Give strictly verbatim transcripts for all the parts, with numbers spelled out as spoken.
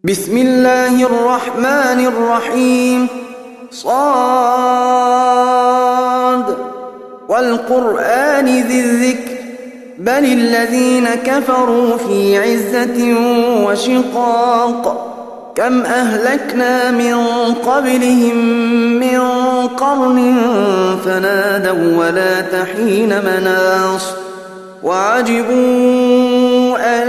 بسم الله الرحمن الرحيم. صاد والقرآن ذي الذكر بل الذين كفروا في عزة وشقاق. كم أهلكنا من قبلهم من قرن فنادوا ولا تحين مناص وعجبوا أن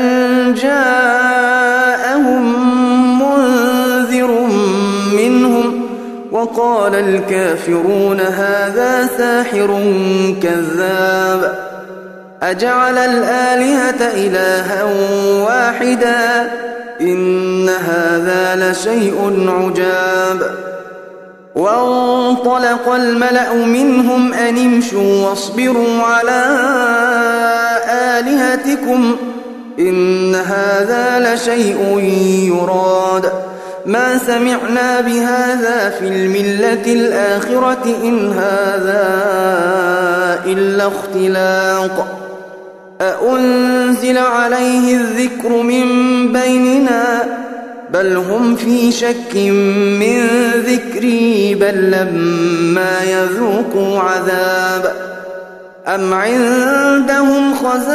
جاءهم منذر منهم وقال الكافرون هذا ساحر كذاب. أجعل الآلهة إلها واحدا إن هذا لشيء عجاب. وانطلق الملأ منهم أن امشوا واصبروا على آلهتكم إن هذا لشيء يراد ما سمعنا بهذا في الملة الآخرة إن هذا إلا اختلاق. أأنزل عليه الذكر من بيننا بل هم في شك من ذكري بل لما يذوقوا عذاب. أم عندهم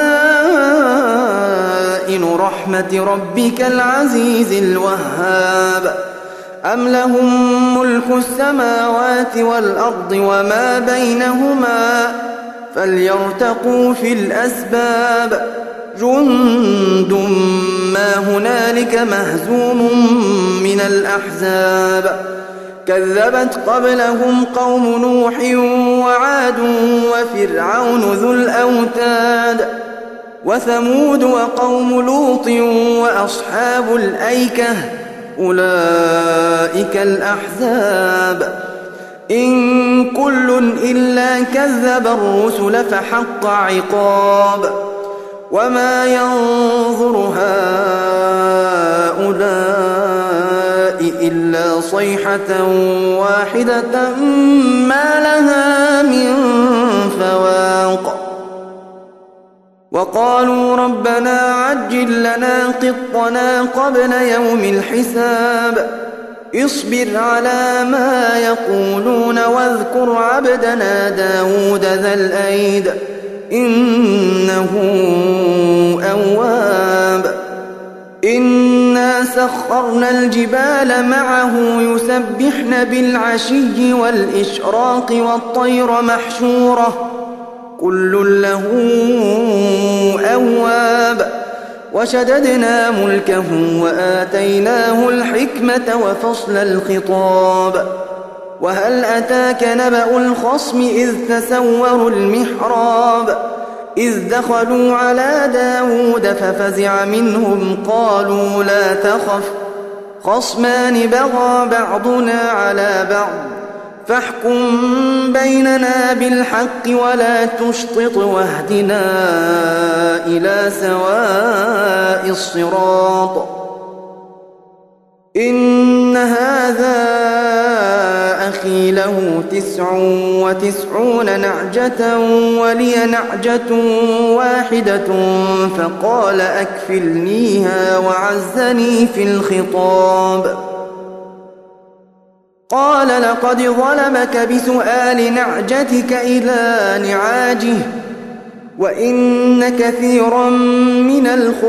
خزائن رحمة ربك العزيز الوهاب أم لهم ملك السماوات والأرض وما بينهما فليرتقوا في الأسباب. جند ما هنالك مهزوم من الأحزاب. كذبت قبلهم قوم نوح وعاد وفرعون ذو الأوتاد وثمود وقوم لوط وأصحاب الأيكة أولئك الأحزاب. إن كل إلا كذب الرسل فحق عقاب. وما ينظر هؤلاء إلا صيحة واحدة ما لها من فواق. وقالوا ربنا عجل لنا قطنا قبل يوم الحساب. اصبر على ما يقولون واذكر عبدنا داود ذا الأيد إنه أواب. إنا سخرنا الجبال معه يسبحن بالعشي والإشراق والطير محشورة كل له أواب. وشددنا ملكه وآتيناه الحكمة وفصل الخطاب. وهل أتاك نبأ الخصم إذ تسوروا المحراب إذ دخلوا على داود ففزع منهم قالوا لا تخف خصمان بغى بعضنا على بعض فاحكم بيننا بالحق ولا تشطط واهدنا إلى سواء الصراط. إن هذا أخي له تسع وتسعون نعجة ولي نعجة واحدة فقال أكفلنيها وعزني في الخطاب. قال لقد ظلمك بسؤال نعجتك إلى نعاجه وإن كثيرا من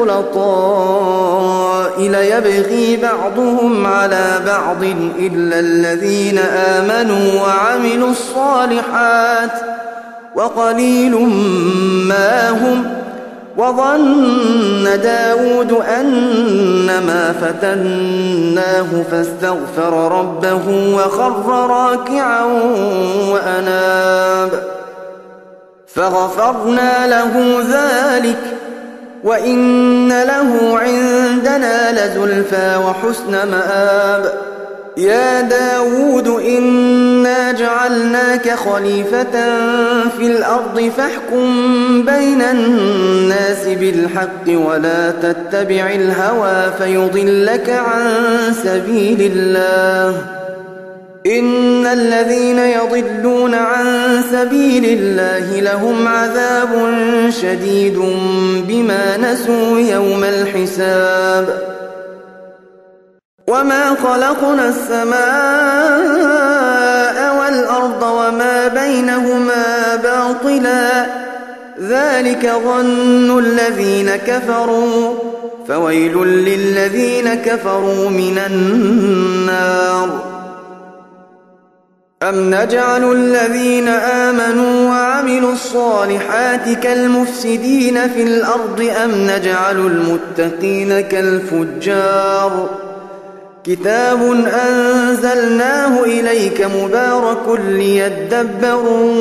الخلطاء ليبغي بعضهم على بعض إلا الذين آمنوا وعملوا الصالحات وقليل ما هم. وظن داود أنما فتناه فاستغفر ربه وخر راكعا وأناب فغفرنا له ذلك وإن له عندنا لزلفى وحسن مآب. يا داود إنا جعلناك خليفة في الأرض فاحكم بين الناس بالحق ولا تتبع الهوى فيضلك عن سبيل الله. إن الذين يضلون عن سبيل الله لهم عذاب شديد بما نسوا يوم الحساب. وما خلقنا السماء والأرض وما بينهما باطلا ذلك ظن الذين كفروا فويل للذين كفروا من النار. أم نجعل الذين آمنوا وعملوا الصالحات كالمفسدين في الأرض أم نجعل المتقين كالفجار كتاب أنزلناه إليك مبارك ليدبروا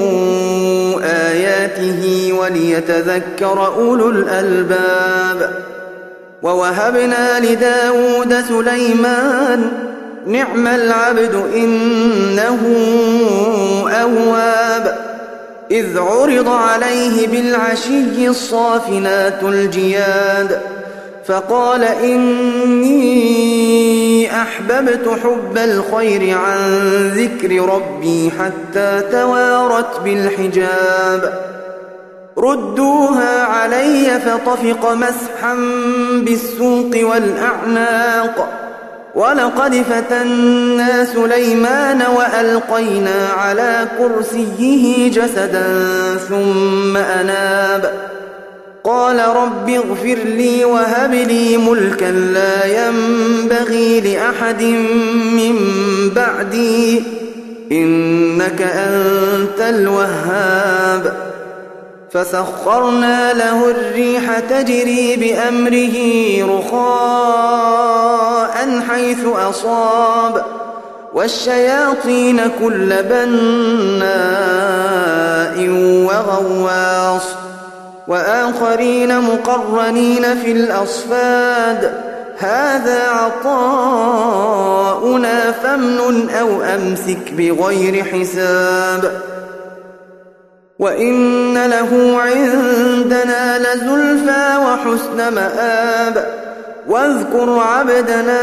آياته وليتذكر أولو الألباب. ووهبنا لداود سليمان نعم العبد إنه أواب إذ عرض عليه بالعشي الصافنات الجياد فقال إني أحببت حب الخير عن ذكر ربي حتى توارت بالحجاب ردوها علي فطفق مسحا بالسوق والأعناق ولقد فتنا سليمان وألقينا على كرسيه جسدا ثم أناب قال رب اغفر لي وهب لي ملكا لا ينبغي لأحد من بعدي إنك أنت الوهاب. فسخرنا له الريح تجري بأمره رخاء حيث أصاب والشياطين كل بناء وغواص وآخرين مقرنين في الأصفاد هذا عطاؤنا فامنن أو أمسك بغير حساب وإن له عندنا لزلفى وحسن مآب واذكر عبدنا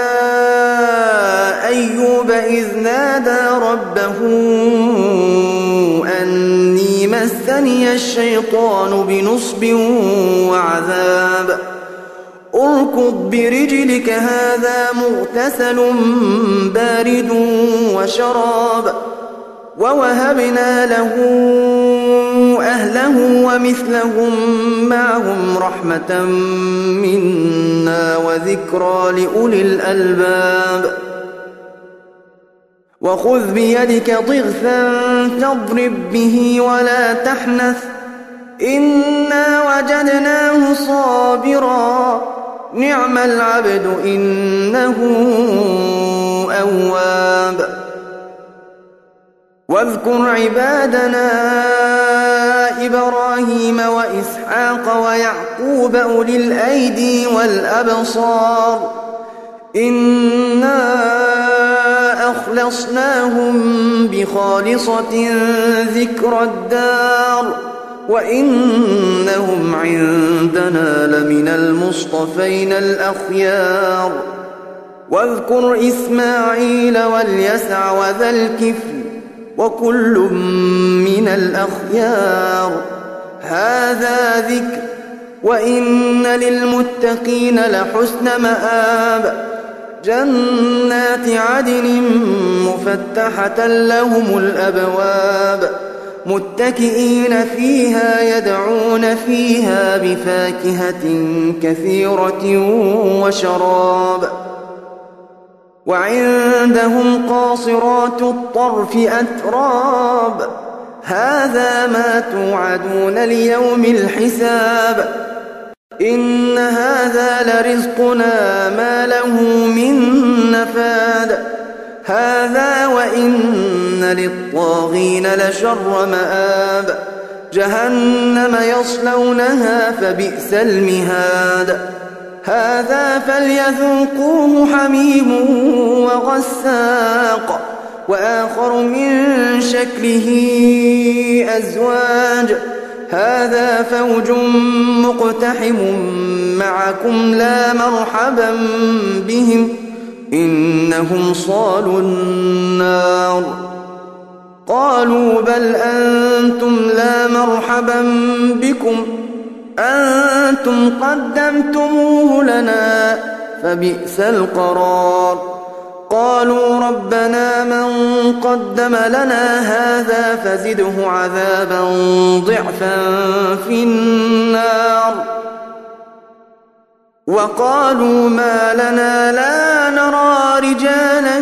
أيوب إذ نادى ربه أني مسني الشيطان بنصب وعذاب اركض برجلك هذا مغتسل بارد وشراب ووهبنا له أهله ومثلهم معهم رحمة منا وذكرى لأولي الألباب وخذ بيدك ضغثا تضرب به ولا تحنث إنا وجدناه صابرا نعم العبد إنه أواب. واذكر عبادنا إبراهيم وإسحاق ويعقوب أولي الأيدي والأبصار إنا أخلصناهم بخالصة ذكر الدار وإنهم عندنا لمن المصطفين الأخيار. واذكر إسماعيل واليسع وذا الكفل وكل من الأخيار هذا ذكر وإن للمتقين لحسن مآب جنات عدن مفتحة لهم الأبواب متكئين فيها يدعون فيها بفاكهة كثيرة وشراب وعندهم قاصرات الطرف أتراب هذا ما توعدون ليوم الحساب إن هذا لرزقنا ما له من نفاد هذا وإن للطاغين لشر مآب جهنم يصلونها فبئس المهاد هذا فليذوقوه حميم وغساق وآخر من شكله أزواج هذا فوج مقتحم معكم لا مرحبا بهم إنهم صالوا النار قالوا بل أنتم لا مرحبا بكم أنتم قدمتموه لنا فبئس القرار قالوا ربنا من قدم لنا هذا فزده عذابا ضعفا في النار وقالوا ما لنا لا نرى رجالا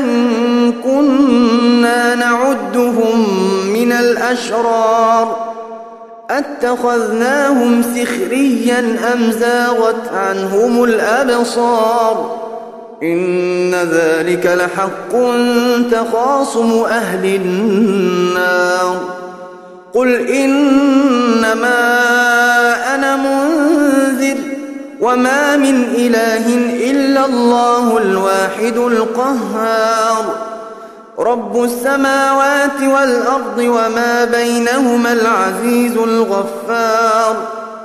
كنا نعدهم من الأشرار أتخذناهم سخريا أم زاغت عنهم الأبصار إن ذلك لحق تخاصم أهل النار قل إنما أنا منذر وما من إله إلا الله الواحد القهار رب السماوات والأرض وما بينهما العزيز الغفار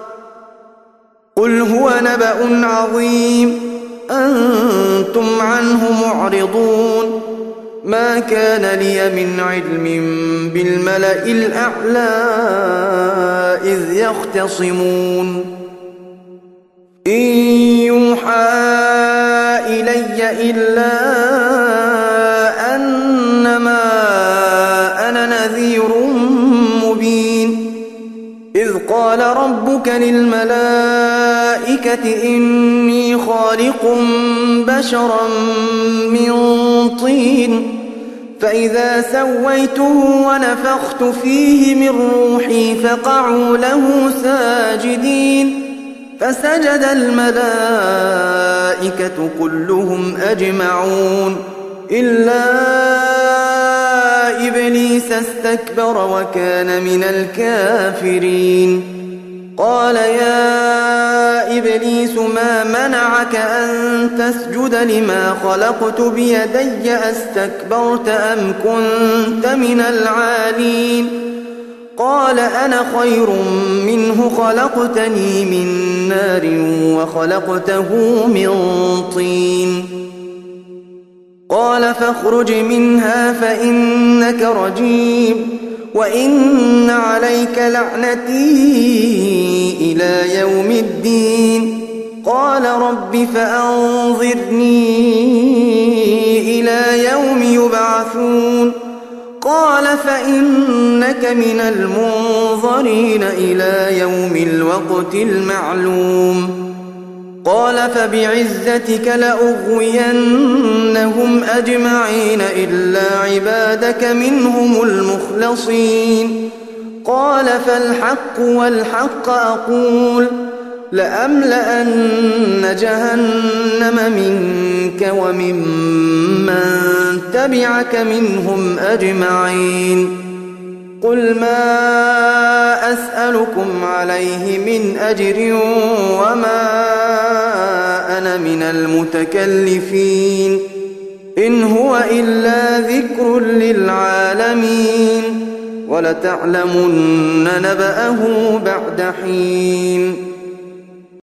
قل هو نبأ عظيم أنتم عنه معرضون ما كان لي من علم بالملأ الأعلى إذ يختصمون إن يوحى إلي إلا أنما أنا نذير مبين إذ قال ربك للملائكة إني خالق بشرا من طين فإذا سويته ونفخت فيه من روحي فقعوا له ساجدين فسجد الملائكة كلهم أجمعون إلا إبليس استكبر وكان من الكافرين قال يا إبليس ما منعك أن تسجد لما خلقت بيدي أستكبرت أم كنت من العالين قال أنا خير منه خلقتني من نار وخلقته من طين قال فاخرج منها فإنك رجيم وإن عليك لعنتي إلى يوم الدين قال رب فأنظرني إلى يوم يبعثون قال فإنك من المنظرين إلى يوم الوقت المعلوم قال فبعزتك لأغوينهم أجمعين إلا عبادك منهم المخلصين قال فالحق والحق أقول لأملأن جهنم منك وممن تبعك منهم أجمعين قل ما أسألكم عليه من أجر وما أنا من المتكلفين إن هو إلا ذكر للعالمين ولتعلمن نبأه بعد حين